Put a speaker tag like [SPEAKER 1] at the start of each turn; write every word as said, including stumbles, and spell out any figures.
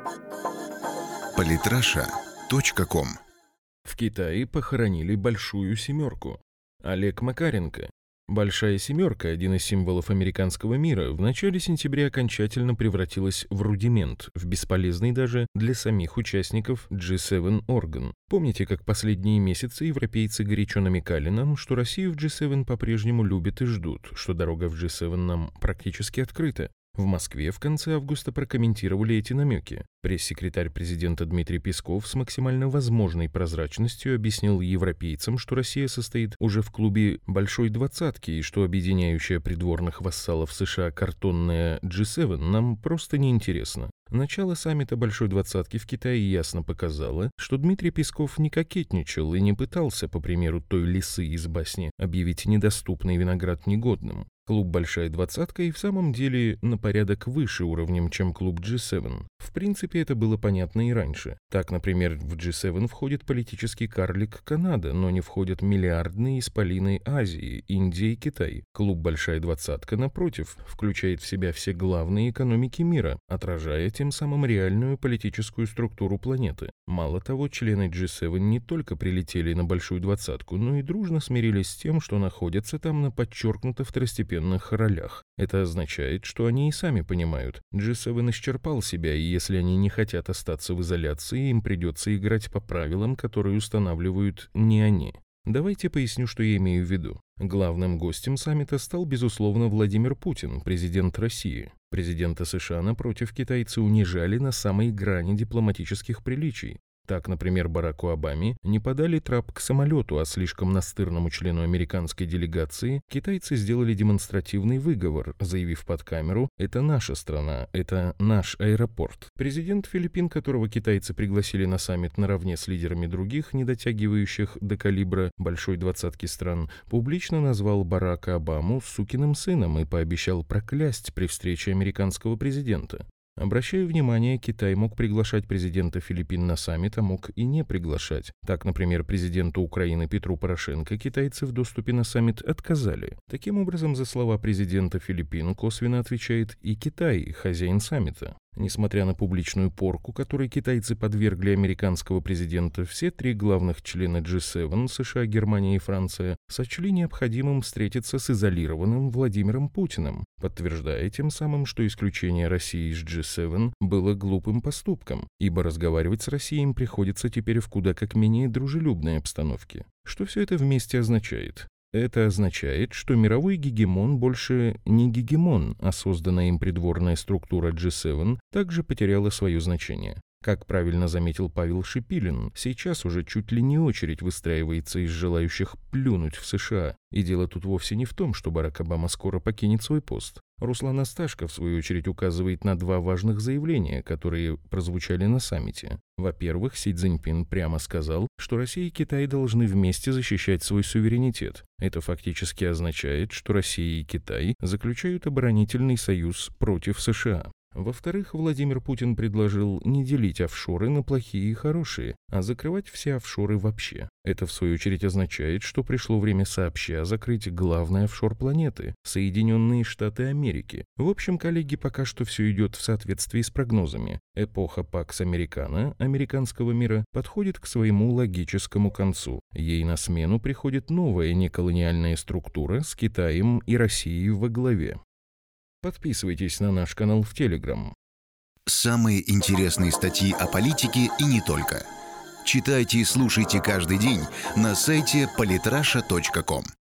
[SPEAKER 1] политраша точка ком.
[SPEAKER 2] В Китае похоронили Большую Семерку. Олег Макаренко. Большая Семерка, один из символов американского мира, в начале сентября окончательно превратилась в рудимент, в бесполезный даже для самих участников джи семь орган. Помните, как последние месяцы европейцы горячо намекали нам, что Россию в джи семь по-прежнему любят и ждут, что дорога в джи семь нам практически открыта? В Москве в конце августа прокомментировали эти намеки. Пресс-секретарь президента Дмитрий Песков с максимально возможной прозрачностью объяснил европейцам, что Россия состоит уже в клубе «Большой двадцатки» и что объединяющая придворных вассалов США картонная джи семь нам просто неинтересна. Начало саммита Большой двадцатки в Китае ясно показало, что Дмитрий Песков не кокетничал и не пытался, по примеру той лисы из басни, объявить недоступный виноград негодным. Клуб «Большая двадцатка» и в самом деле на порядок выше уровнем, чем клуб джи семь. В принципе, это было понятно и раньше. Так, например, в джи семь входит политический карлик Канада, но не входят миллиардные исполины Азии, Индия и Китай. Клуб «Большая двадцатка», напротив, включает в себя все главные экономики мира, отражая тем самым реальную политическую структуру планеты. Мало того, члены джи семь не только прилетели на Большую двадцатку, но и дружно смирились с тем, что находятся там на подчеркнуто второстепенных ролях. Это означает, что они и сами понимают, джи семь исчерпал себя, и если они не хотят остаться в изоляции, им придется играть по правилам, которые устанавливают не они. Давайте поясню, что я имею в виду. Главным гостем саммита стал, безусловно, Владимир Путин, президент России. Президента США, напротив, китайцы унижали на самой грани дипломатических приличий. Так, например, Бараку Обаме не подали трап к самолету, а слишком настырному члену американской делегации китайцы сделали демонстративный выговор, заявив под камеру «это наша страна, это наш аэропорт». Президент Филиппин, которого китайцы пригласили на саммит наравне с лидерами других, не дотягивающих до калибра Большой двадцатки стран, публично назвал Барака Обаму сукиным сыном и пообещал проклясть при встрече американского президента. Обращаю внимание, Китай мог приглашать президента Филиппин на саммит, а мог и не приглашать. Так, например, президенту Украины Петру Порошенко китайцы в доступе на саммит отказали. Таким образом, за слова президента Филиппин косвенно отвечает и Китай, хозяин саммита. Несмотря на публичную порку, которой китайцы подвергли американского президента, все три главных члена джи семь – США, Германия и Франция – сочли необходимым встретиться с изолированным Владимиром Путиным, подтверждая тем самым, что исключение России из джи семь было глупым поступком, ибо разговаривать с Россией им приходится теперь в куда как менее дружелюбной обстановке. Что все это вместе означает? Это означает, что мировой гегемон больше не гегемон, а созданная им придворная структура джи семь также потеряла свое значение. Как правильно заметил Павел Шипилин, сейчас уже чуть ли не очередь выстраивается из желающих плюнуть в США. И дело тут вовсе не в том, что Барак Обама скоро покинет свой пост. Руслан Асташко, в свою очередь, указывает на два важных заявления, которые прозвучали на саммите. Во-первых, Си Цзиньпин прямо сказал, что Россия и Китай должны вместе защищать свой суверенитет. Это фактически означает, что Россия и Китай заключают оборонительный союз против США. Во-вторых, Владимир Путин предложил не делить офшоры на плохие и хорошие, а закрывать все офшоры вообще. Это, в свою очередь, означает, что пришло время сообща закрыть главный офшор планеты – Соединенные Штаты Америки. В общем, коллеги, пока что все идет в соответствии с прогнозами. Эпоха Пакс Американо, американского мира, подходит к своему логическому концу. Ей на смену приходит новая неколониальная структура с Китаем и Россией во главе. Подписывайтесь на наш канал в Телеграм.
[SPEAKER 1] Самые интересные статьи о политике и не только. Читайте и слушайте каждый день на сайте политраша точка ком.